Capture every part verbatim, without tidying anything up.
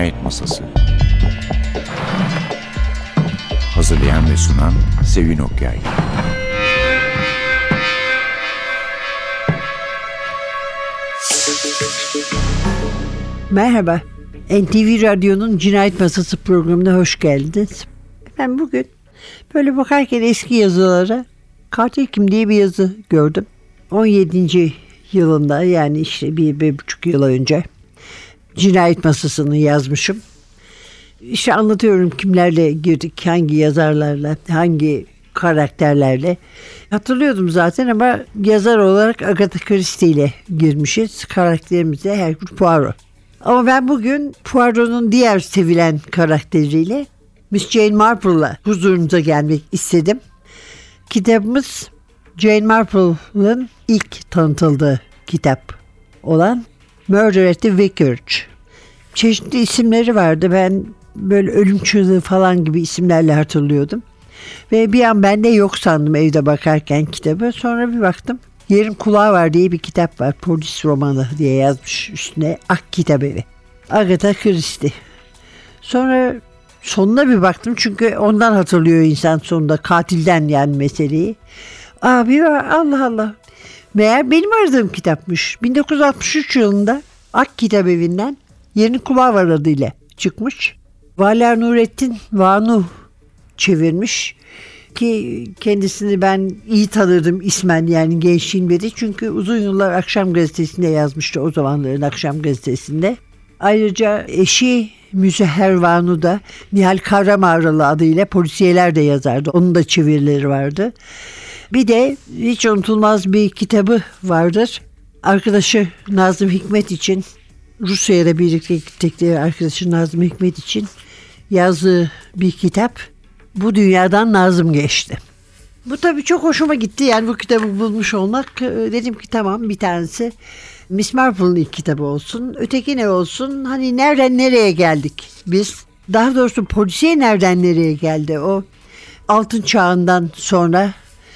Cinayet Masası. Hazırlayan ve sunan Sevin Okyay. Merhaba, N T V Radyo'nun Cinayet Masası programına hoş geldiniz. Ben bugün böyle bakarken eski yazılara Katil Kim diye bir yazı gördüm. on yedinci yılında, yani işte bir, bir buçuk yıl önce Cinayet Masası'nı yazmışım. İşte anlatıyorum kimlerle girdik, hangi yazarlarla, hangi karakterlerle. Hatırlıyordum zaten ama yazar olarak Agatha Christie ile girmişiz. Karakterimiz de Hercule Poirot. Ama ben bugün Poirot'un diğer sevilen karakteriyle Miss Jane Marple'la huzurunuza gelmek istedim. Kitabımız Jane Marple'ın ilk tanıtıldığı kitap olan Murder at the Vicarage. Çeşitli isimleri vardı. Ben böyle ölüm çığlığı falan gibi isimlerle hatırlıyordum. Ve bir an ben de yok sandım evde bakarken kitabı. Sonra bir baktım. Yerin Kulağı Var diye bir kitap var. Polis romanı diye yazmış üstüne. Ak Kitabevi. Agatha Christie. Sonra sonuna bir baktım. Çünkü ondan hatırlıyor insan sonunda. Katilden yani meseleyi. Abi Allah Allah. Meğer benim aradığım kitapmış. bin dokuz yüz altmış üç yılında Ak Kitabevi'nden Yerin Kulağı Var adıyla çıkmış. Valer Nurettin Vanu çevirmiş. Ki kendisini ben iyi tanırdım ismen, yani gençliğin beri. Çünkü uzun yıllar Akşam Gazetesi'nde yazmıştı, o zamanların Akşam Gazetesi'nde. Ayrıca eşi Müzehher Vanu da Nihal Kahramağralı adıyla polisiyeler de yazardı. Onun da çevirileri vardı. Bir de hiç unutulmaz bir kitabı vardır. Arkadaşı Nazım Hikmet için, Rusya'ya da birlikte gittikleri arkadaşı Nazım Hikmet için yazdığı bir kitap. Bu dünyadan Nazım geçti. Bu tabii çok hoşuma gitti. Yani bu kitabı bulmuş olmak. Dedim ki tamam, bir tanesi Miss Marple'ın ilk kitabı olsun. Öteki ne olsun? Hani nereden nereye geldik biz? Daha doğrusu polisiye nereden nereye geldi? O altın çağından sonra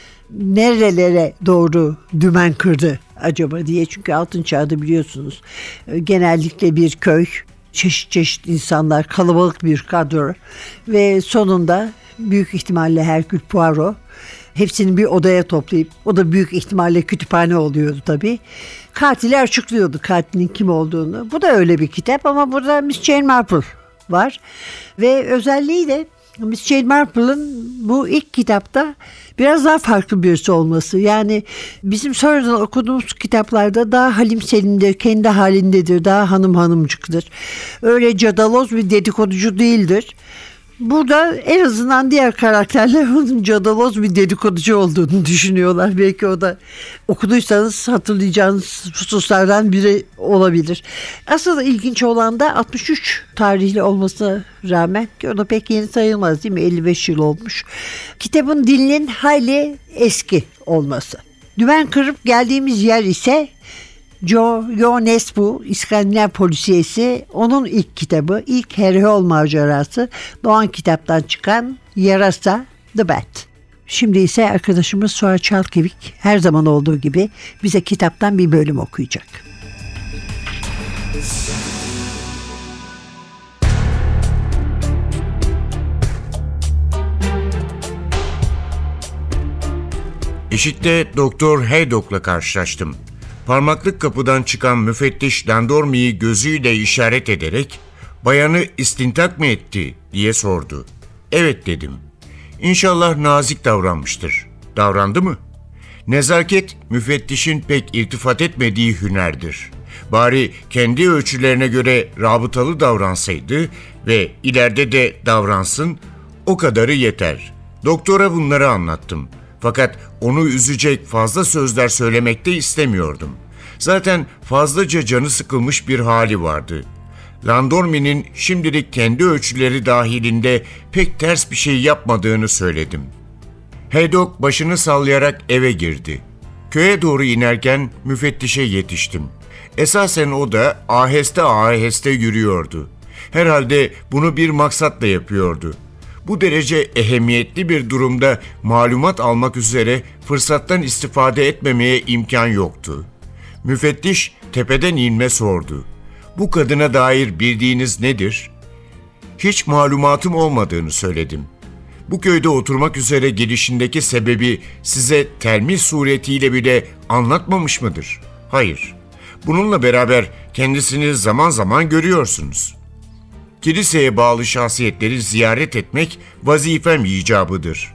nerelere doğru dümen kırdı acaba diye. Çünkü altın çağda biliyorsunuz genellikle bir köy, çeşit çeşit insanlar, kalabalık bir kadro ve sonunda büyük ihtimalle Hercule Poirot hepsini bir odaya toplayıp, o da büyük ihtimalle kütüphane oluyordu tabii. Katili açıklıyordu, katilin kim olduğunu. Bu da öyle bir kitap ama burada Miss Jane Marple var ve özelliği de Miss Jane Marple'ın bu ilk kitapta biraz daha farklı birisi olması. Yani bizim sonradan okuduğumuz kitaplarda daha halim selimdir, kendi halindedir, daha hanım hanımcıktır. Öyle cadaloz bir dedikoducu değildir. Burada en azından diğer karakterler onun cadaloz bir dedikoducu olduğunu düşünüyorlar. Belki o da okuduysanız hatırlayacağınız hususlardan biri olabilir. Asıl ilginç olan da altmış üç tarihli olmasına rağmen, ki o da pek yeni sayılmaz değil mi? elli beş yıl olmuş. Kitabın dilinin hayli eski olması. Dümen kırıp geldiğimiz yer ise Jo Nesbø, İskandinav polisiyesi, onun ilk kitabı, ilk Herjol macerası, Doğan kitaptan çıkan Yarasa The Bat. Şimdi ise arkadaşımız Suat Çalkevik her zaman olduğu gibi bize kitaptan bir bölüm okuyacak. Eşikte Doktor Haydock'la karşılaştım. Parmaklık kapıdan çıkan müfettiş Landormi'yi gözüyle işaret ederek "Bayanı istintak mı etti?" diye sordu. "Evet" dedim. "İnşallah nazik davranmıştır." "Davrandı mı?" "Nezaket müfettişin pek iltifat etmediği hünerdir. Bari kendi ölçülerine göre rabıtalı davransaydı ve ileride de davransın, o kadarı yeter." Doktora bunları anlattım. Fakat onu üzecek fazla sözler söylemekte istemiyordum. Zaten fazlaca canı sıkılmış bir hali vardı. Landormi'nin şimdilik kendi ölçüleri dahilinde pek ters bir şey yapmadığını söyledim. Haydock başını sallayarak eve girdi. Köye doğru inerken müfettişe yetiştim. Esasen o da aheste aheste yürüyordu. Herhalde bunu bir maksatla yapıyordu. Bu derece ehemmiyetli bir durumda malumat almak üzere fırsattan istifade etmemeye imkan yoktu. Müfettiş tepeden inme sordu. "Bu kadına dair bildiğiniz nedir?" hiç malumatım olmadığını söyledim. Bu köyde oturmak üzere gelişindeki sebebi size telmis suretiyle bile anlatmamış mıdır? Hayır. Bununla beraber kendisini zaman zaman görüyorsunuz. Kiliseye bağlı şahsiyetleri ziyaret etmek vazifem icabıdır.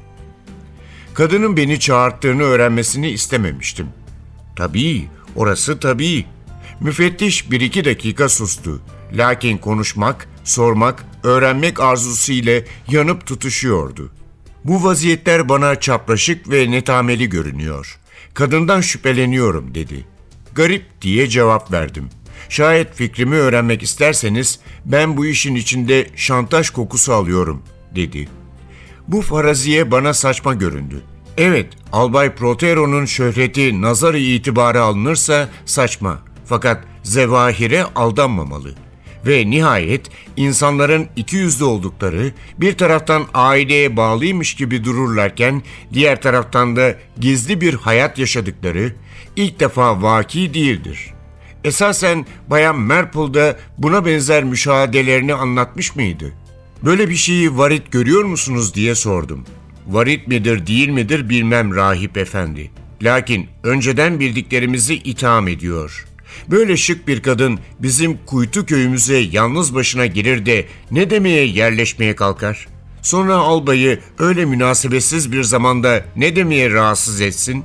Kadının beni çağırttığını öğrenmesini istememiştim. Tabii, orası tabii. Müfettiş bir iki dakika sustu. Lakin konuşmak, sormak, öğrenmek arzusu ile yanıp tutuşuyordu. Bu vaziyetler bana çapraşık ve netameli görünüyor. Kadından şüpheleniyorum dedi. Garip diye cevap verdim. Şayet fikrimi öğrenmek isterseniz ben bu işin içinde şantaj kokusu alıyorum dedi. Bu faraziye bana saçma göründü. Evet, Albay Protero'nun şöhreti nazar-ı itibara alınırsa saçma. Fakat zevahire aldanmamalı. Ve nihayet insanların iki yüzlü oldukları, bir taraftan aileye bağlıymış gibi dururlarken diğer taraftan da gizli bir hayat yaşadıkları ilk defa vaki değildir. Esasen Bayan Marple da buna benzer müşahedelerini anlatmış mıydı? Böyle bir şeyi varit görüyor musunuz diye sordum. Varit midir değil midir bilmem rahip efendi. Lakin önceden bildiklerimizi itham ediyor. Böyle şık bir kadın bizim kuytu köyümüze yalnız başına gelir de ne demeye yerleşmeye kalkar? Sonra albayı öyle münasebetsiz bir zamanda ne demeye rahatsız etsin?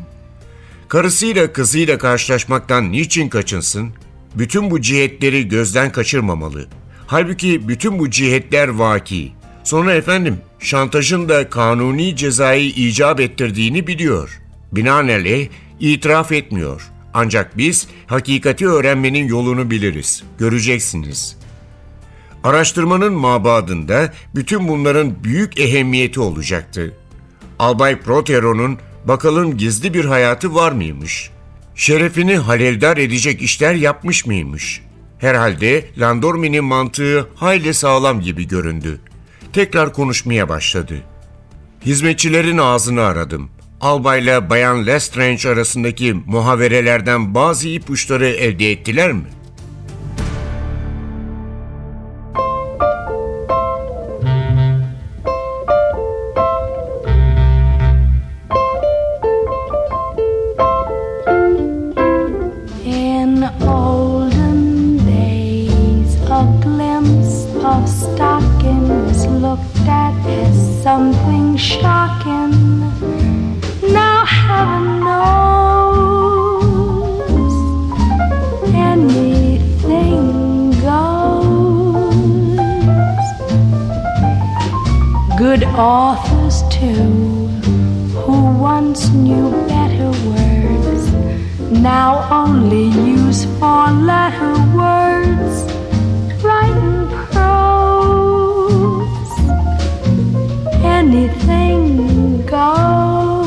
Karısıyla kızıyla karşılaşmaktan niçin kaçınsın? Bütün bu cihetleri gözden kaçırmamalı. Halbuki bütün bu cihetler vaki. Sonra efendim şantajın da kanuni cezayı icap ettirdiğini biliyor. Binaenaleyh itiraf etmiyor. Ancak biz hakikati öğrenmenin yolunu biliriz. Göreceksiniz. Araştırmanın mabadında bütün bunların büyük ehemmiyeti olacaktı. Albay Protero'nun bakalım gizli bir hayatı var mıymış? Şerefini haleldar edecek işler yapmış mıymış? Herhalde Landormi'nin mantığı hayli sağlam gibi göründü. Tekrar konuşmaya başladı. Hizmetçilerin ağzını aradım. Albayla Bayan Lestrange arasındaki muhaverelerden bazı ipuçları elde ettiler mi? In olden days, a glimpse of stockings looked at as something shocking. Now heaven knows anything goes. Good authors too, who once knew better words, now only use four-letter words, writing prose. Anything goes.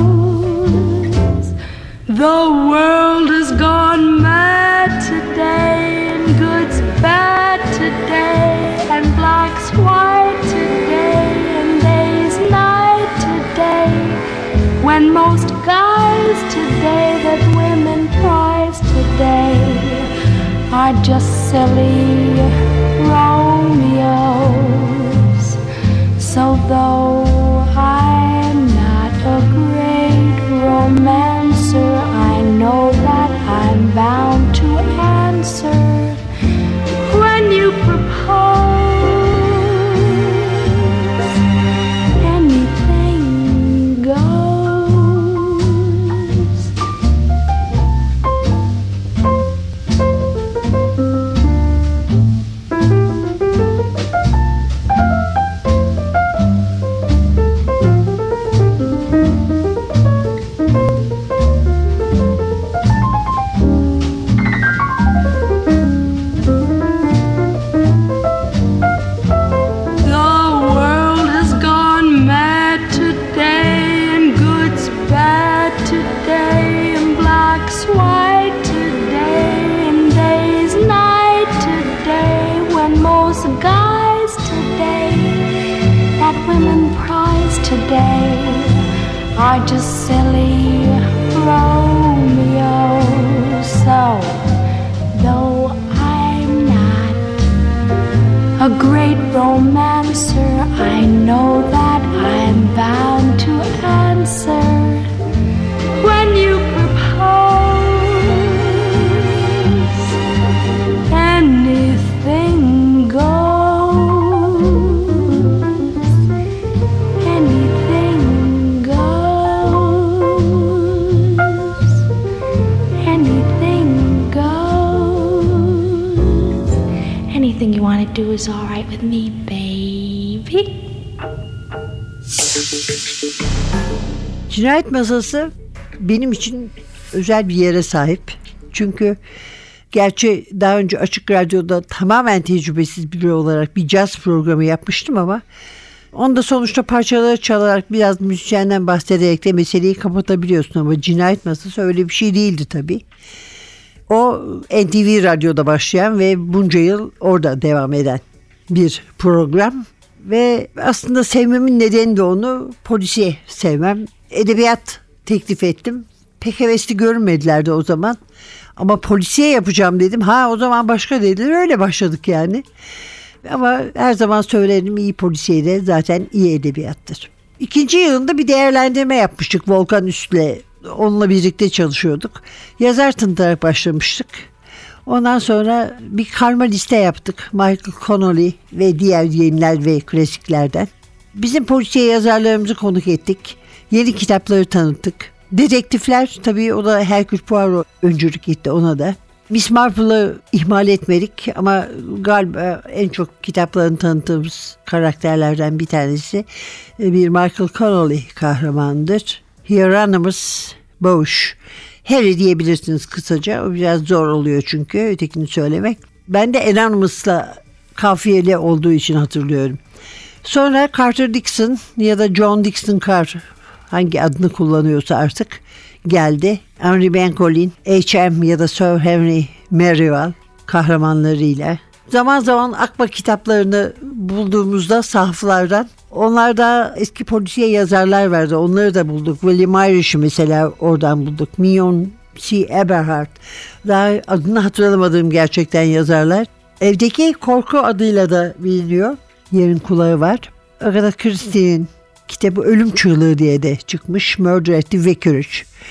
The world has gone mad today, and good's bad today, and black's white today, and day's night today. When most guys today that women prize today are just silly Romeos. So though I'm not a great romancer, I know that I'm bound to answer when you propose. Anything goes. Are just silly Romeos. So, though I'm not a great romancer, is alright with me, baby. Cinayet Masası benim için özel bir yere sahip. Çünkü gerçi daha önce Açık Radyo'da tamamen tecrübesiz biri olarak bir caz programı yapmıştım ama onda sonuçta parçaları çalarak biraz müzisyenden bahsederek de meseleyi kapatabiliyorsun ama Cinayet Masası öyle bir şey değildi tabii. O N T V Radyo'da başlayan ve bunca yıl orada devam eden bir program ve aslında sevmemin nedeni de onu polisiye sevmem. Edebiyat teklif ettim. Pek hevesli görünmedilerdi o zaman. Ama polisiye yapacağım dedim. Ha o zaman başka dediler. Öyle başladık yani. Ama her zaman söylerim iyi polisiye de zaten iyi edebiyattır. İkinci yılında bir değerlendirme yapmıştık Volkan Üst'le. Onunla birlikte çalışıyorduk. Yazar tanıtarak başlamıştık. Ondan sonra bir karma liste yaptık. Michael Connolly ve diğer yeniler ve klasiklerden. Bizim polisiye yazarlarımızı konuk ettik. Yeni kitapları tanıttık. Dedektifler tabii o da Hercule Poirot öncülük etti ona da. Miss Marple'ı ihmal etmedik ama galiba en çok kitaplarını tanıttığımız karakterlerden bir tanesi bir Michael Connolly kahramanıdır. Hieronymus Bosch. Harry diyebilirsiniz kısaca. O biraz zor oluyor çünkü ötekini söylemek. Ben de Anonymous'la kafiyeli olduğu için hatırlıyorum. Sonra Carter Dixon ya da John Dixon Carr hangi adını kullanıyorsa artık geldi. Henry Bencolin, H M ya da Sir Henry Merriwell kahramanlarıyla. Zaman zaman Akba kitaplarını bulduğumuzda sahaflardan onlar da eski polisiye yazarlar vardı. Onları da bulduk. William Irish'i mesela oradan bulduk. Mion C. Eberhard. Daha adını hatırlamadığım gerçekten yazarlar. Evdeki Korku adıyla da biliniyor. Yerin Kulağı var. Agatha Christie'nin kitabı Ölüm Çığlığı diye de çıkmış. Murder at the Vicarage.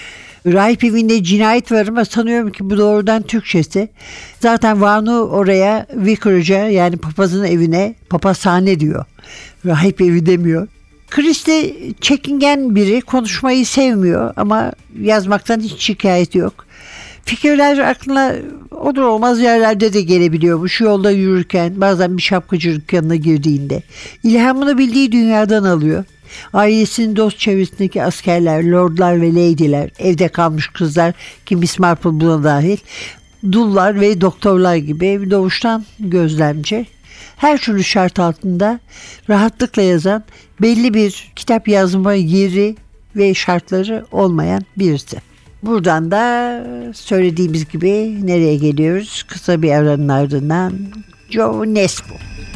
Rahip evinde cinayet var ama sanıyorum ki bu doğrudan Türkçesi. Zaten Vanu oraya Vicarage'a yani papazın evine papazhane diyor. Rahip evi demiyor. Christie çekingen biri, konuşmayı sevmiyor ama yazmaktan hiç şikayet yok. Fikirler aklına olur olmaz yerlerde de gelebiliyormuş. Yolda yürürken, bazen bir şapkacı dükkanına girdiğinde. İlhamını bildiği dünyadan alıyor. Ailesinin dost çevresindeki askerler, lordlar ve lady'ler, evde kalmış kızlar ki Miss Marple buna dahil, dullar ve doktorlar gibi doğuştan gözlemci. Her türlü şart altında rahatlıkla yazan, belli bir kitap yazma yeri ve şartları olmayan birisi. Buradan da söylediğimiz gibi nereye geliyoruz? Kısa bir aranın ardından Joe Nesbo.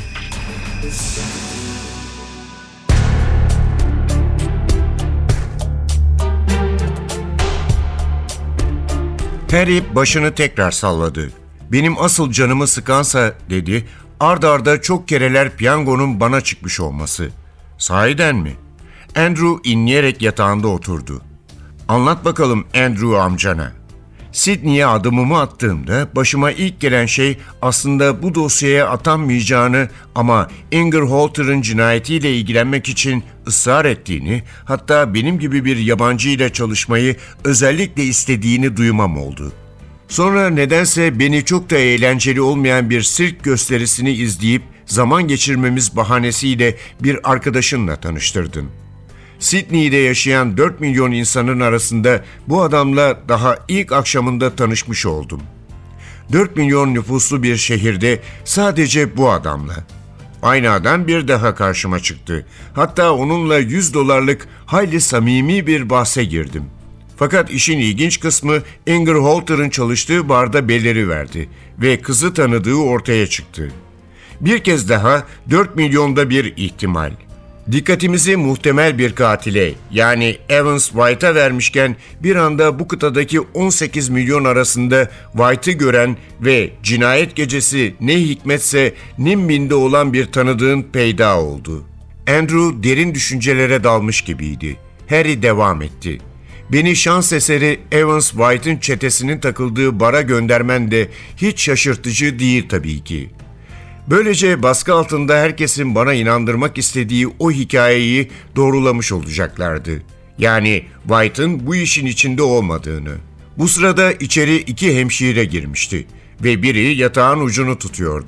Harry başını tekrar salladı. Benim asıl canımı sıkansa dedi, ard arda çok kereler piyangonun bana çıkmış olması. Sahiden mi? Andrew inleyerek yatağında oturdu. Anlat bakalım Andrew amcana. Sydney'e adımımı attığımda başıma ilk gelen şey aslında bu dosyaya atanmayacağını ama Inger Holter'ın cinayetiyle ilgilenmek için ısrar ettiğini, hatta benim gibi bir yabancıyla çalışmayı özellikle istediğini duymam oldu. Sonra nedense beni çok da eğlenceli olmayan bir sirk gösterisini izleyip zaman geçirmemiz bahanesiyle bir arkadaşınla tanıştırdın. Sydney'de yaşayan dört milyon insanın arasında bu adamla daha ilk akşamında tanışmış oldum. dört milyon nüfuslu bir şehirde sadece bu adamla. Aynı adam bir daha karşıma çıktı. Hatta onunla yüz dolarlık hayli samimi bir bahse girdim. Fakat işin ilginç kısmı Inger Holter'ın çalıştığı barda beliriverdi ve kızı tanıdığı ortaya çıktı. Bir kez daha dört milyonda bir ihtimal. Dikkatimizi muhtemel bir katile yani Evans White'a vermişken bir anda bu kıtadaki on sekiz milyon arasında White'ı gören ve cinayet gecesi ne hikmetse Nimbin'de olan bir tanıdığın peyda oldu. Andrew derin düşüncelere dalmış gibiydi. Harry devam etti. Beni şans eseri Evans White'ın çetesinin takıldığı bara göndermen de hiç şaşırtıcı değil tabii ki. Böylece baskı altında herkesin bana inandırmak istediği o hikayeyi doğrulamış olacaklardı. Yani White'ın bu işin içinde olmadığını. Bu sırada içeri iki hemşire girmişti ve biri yatağın ucunu tutuyordu.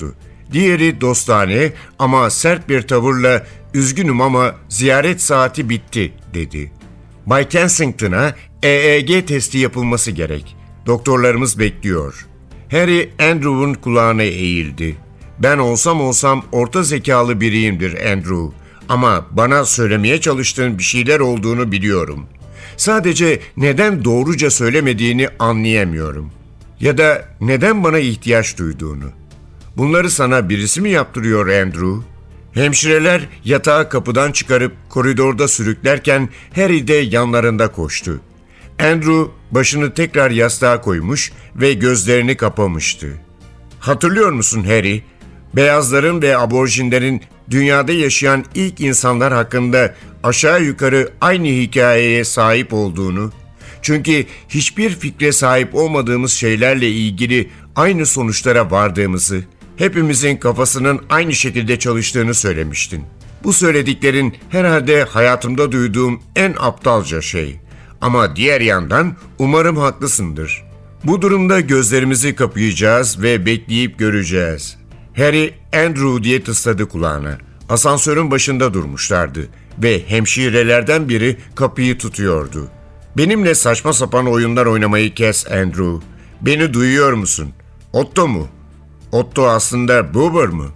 Diğeri dostane ama sert bir tavırla "Üzgünüm ama ziyaret saati bitti" dedi. Bay Kensington'a E E G testi yapılması gerek. Doktorlarımız bekliyor. Harry Andrew'un kulağına eğildi. "Ben olsam olsam orta zekalı biriyimdir Andrew. Ama bana söylemeye çalıştığın bir şeyler olduğunu biliyorum. Sadece neden doğruca söylemediğini anlayamıyorum. Ya da neden bana ihtiyaç duyduğunu. Bunları sana birisi mi yaptırıyor Andrew?" Hemşireler yatağı kapıdan çıkarıp koridorda sürüklerken Harry de yanlarında koştu. Andrew başını tekrar yastığa koymuş ve gözlerini kapamıştı. "Hatırlıyor musun Harry? Beyazların ve aborjinlerin dünyada yaşayan ilk insanlar hakkında aşağı yukarı aynı hikayeye sahip olduğunu, çünkü hiçbir fikre sahip olmadığımız şeylerle ilgili aynı sonuçlara vardığımızı, hepimizin kafasının aynı şekilde çalıştığını söylemiştin. Bu söylediklerin herhalde hayatımda duyduğum en aptalca şey. Ama diğer yandan umarım haklısındır. Bu durumda gözlerimizi kapayacağız ve bekleyip göreceğiz." Harry, "Andrew" diye tısladı kulağına. Asansörün başında durmuşlardı ve hemşirelerden biri kapıyı tutuyordu. "Benimle saçma sapan oyunlar oynamayı kes Andrew. Beni duyuyor musun? Otto mu? Otto aslında Boober mı?"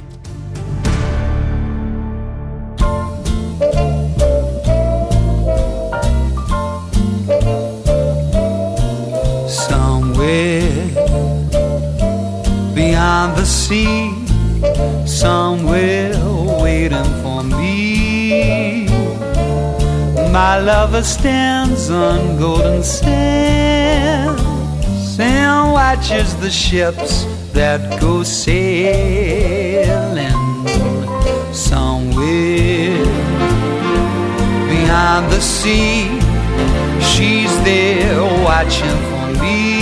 Somewhere beyond the sea, somewhere waiting for me, my lover stands on golden sands and watches the ships that go sailing. Somewhere beyond the sea, she's there watching for me.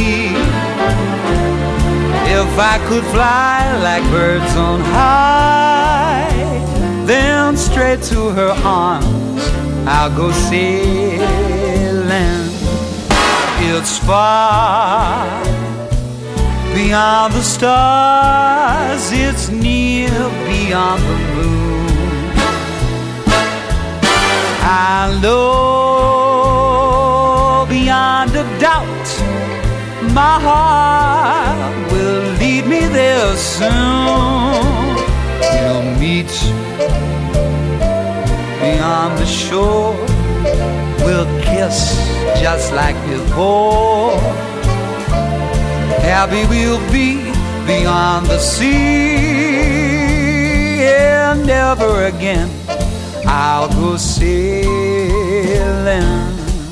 If I could fly like birds on high, then straight to her arms I'll go sailing. It's far beyond the stars, it's near beyond the moon. I know beyond a doubt my heart will lead me there soon. We'll meet beyond the shore, we'll kiss just like before. Happy we'll be beyond the sea, and never again I'll go sailing.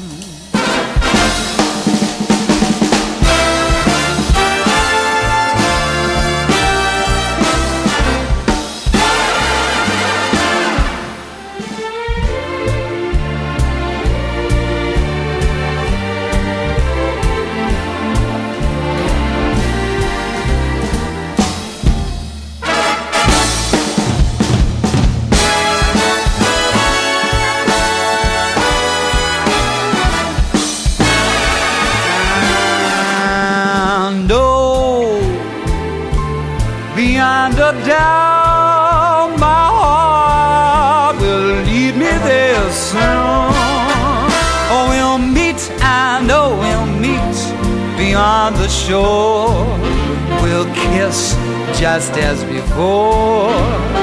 Beyond a doubt, my heart will lead me there soon. Oh, we'll meet, I know we'll meet beyond the shore. We'll kiss just as before.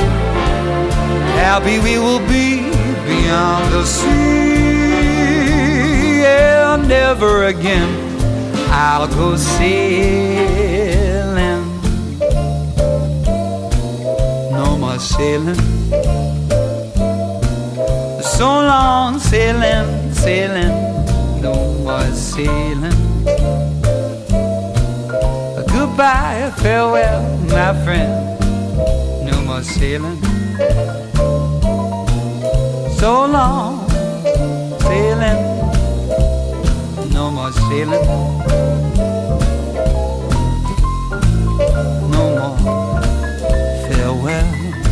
Happy we will be beyond the sea, and never again I'll go sailing. Sailing, so long sailing, sailing, no more sailing. Goodbye, farewell, my friend, no more sailing. So long sailing, no more sailing, no more farewell.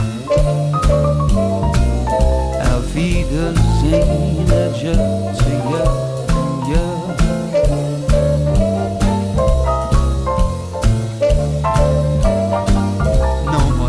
Just to you, you. No more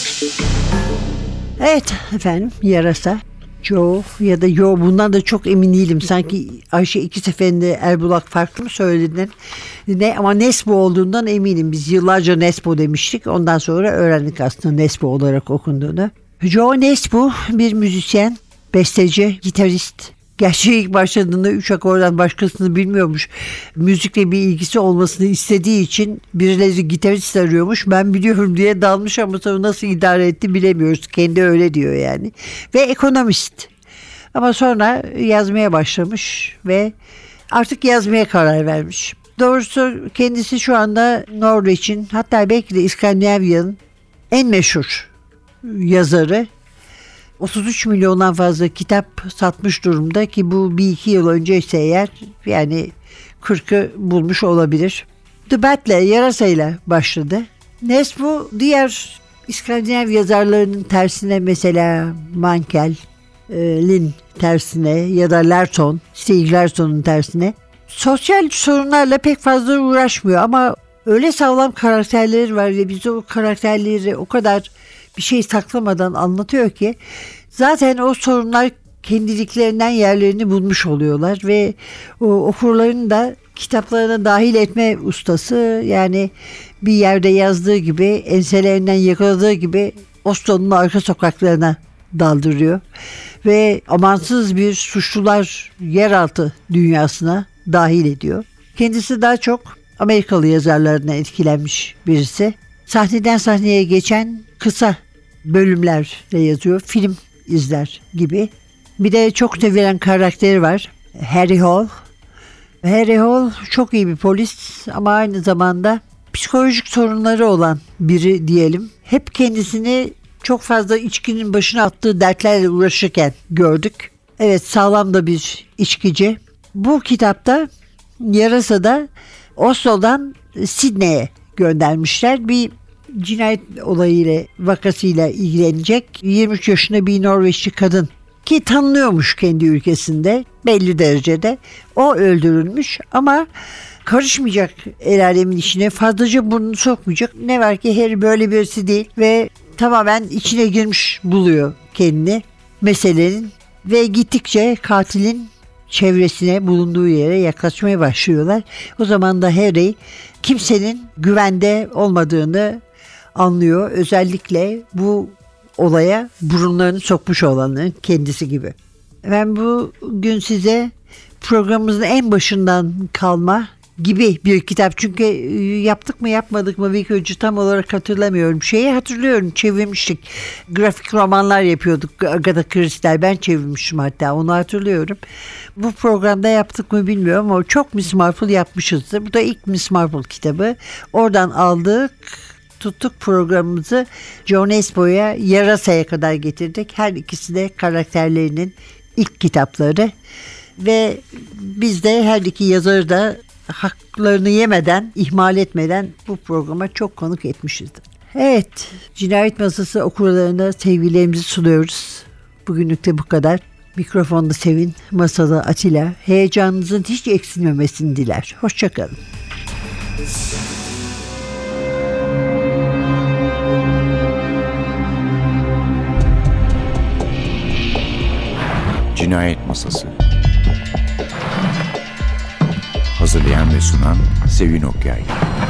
Evet efendim, yarasa. Joe ya da Yo, bundan da çok emin değilim. Sanki Ayşe iki seferinde Erbulak farklı mı söylediler? Ne, ama Nesbo olduğundan eminim. Biz yıllarca Nesbo demiştik. Ondan sonra öğrendik aslında Nesbo olarak okunduğunu. Joe Nesbo bir müzisyen, besteci, gitarist. Gerçi ilk başladığında üç akordan başkasını bilmiyormuş. Müzikle bir ilgisi olmasını istediği için birileri gitarist arıyormuş. Ben biliyorum diye dalmış ama sonra nasıl idare etti bilemiyoruz. Kendi öyle diyor yani. Ve ekonomist. Ama sonra yazmaya başlamış ve artık yazmaya karar vermiş. Doğrusu kendisi şu anda Norveç'in, hatta belki de İskandinavya'nın en meşhur yazarı. otuz üç milyondan fazla kitap satmış durumda ki bu bir iki yıl önceyse eğer yani kırkı bulmuş olabilir. The Bat'le, yarasayla başladı. Nesbo diğer İskandinav yazarlarının tersine, mesela Mankel'in tersine ya da Lerton, Stieg Larsson'un tersine sosyal sorunlarla pek fazla uğraşmıyor ama öyle sağlam karakterleri var ve biz o karakterleri o kadar bir şey saklamadan anlatıyor ki zaten o sorunlar kendiliklerinden yerlerini bulmuş oluyorlar ve o okurlarını da kitaplarına dahil etme ustası. Yani bir yerde yazdığı gibi, enselerinden yakaladığı gibi Oslo'nun arka sokaklarına daldırıyor ve amansız bir suçlular yeraltı dünyasına dahil ediyor. Kendisi daha çok Amerikalı yazarlarına etkilenmiş birisi. Sahneden sahneye geçen kısa bölümlerle yazıyor. Film izler gibi. Bir de çok sevilen karakteri var. Harry Hole. Harry Hole çok iyi bir polis ama aynı zamanda psikolojik sorunları olan biri diyelim. Hep kendisini çok fazla içkinin başına attığı dertlerle uğraşırken gördük. Evet, sağlam da bir içkici. Bu kitapta Yarasa'da Oslo'dan Sydney'e göndermişler. Bir cinayet olayıyla, vakasıyla ilgilenecek yirmi üç yaşında bir Norveçli kadın ki tanınıyormuş kendi ülkesinde belli derecede. O öldürülmüş ama karışmayacak el alemin işine, fazlaca burnunu sokmayacak. Ne var ki Harry böyle birisi değil ve tamamen içine girmiş buluyor kendini meselenin ve gittikçe katilin çevresine, bulunduğu yere yaklaşmaya başlıyorlar. O zaman da Harry kimsenin güvende olmadığını anlıyor. Özellikle bu olaya burunlarını sokmuş olanların kendisi gibi. Ben bugün size programımızın en başından kalma gibi bir kitap. Çünkü yaptık mı yapmadık mı Vicky tam olarak hatırlamıyorum. Şeyi hatırlıyorum, çevirmiştik. Grafik romanlar yapıyorduk. Agatha Christie, ben çevirmiştim hatta, onu hatırlıyorum. Bu programda yaptık mı bilmiyorum ama çok Miss Marple yapmışızdır. Bu da ilk Miss Marple kitabı. Oradan aldık, tuttuk programımızı Joe Nesbo'ya, Yarasa'ya kadar getirdik. Her ikisi de karakterlerinin ilk kitapları ve biz de her iki yazarı da haklarını yemeden, ihmal etmeden bu programa çok konuk etmişizdir. Evet, Cinayet Masası okurlarına sevgilerimizi sunuyoruz. Bugünlük de bu kadar. Mikrofonda Sevin, masada Atilla. Heyecanınızın hiç eksilmemesini diler. Hoşçakalın. Cinayet Masası. Hazırlayan ve sunan Sevin Okyay.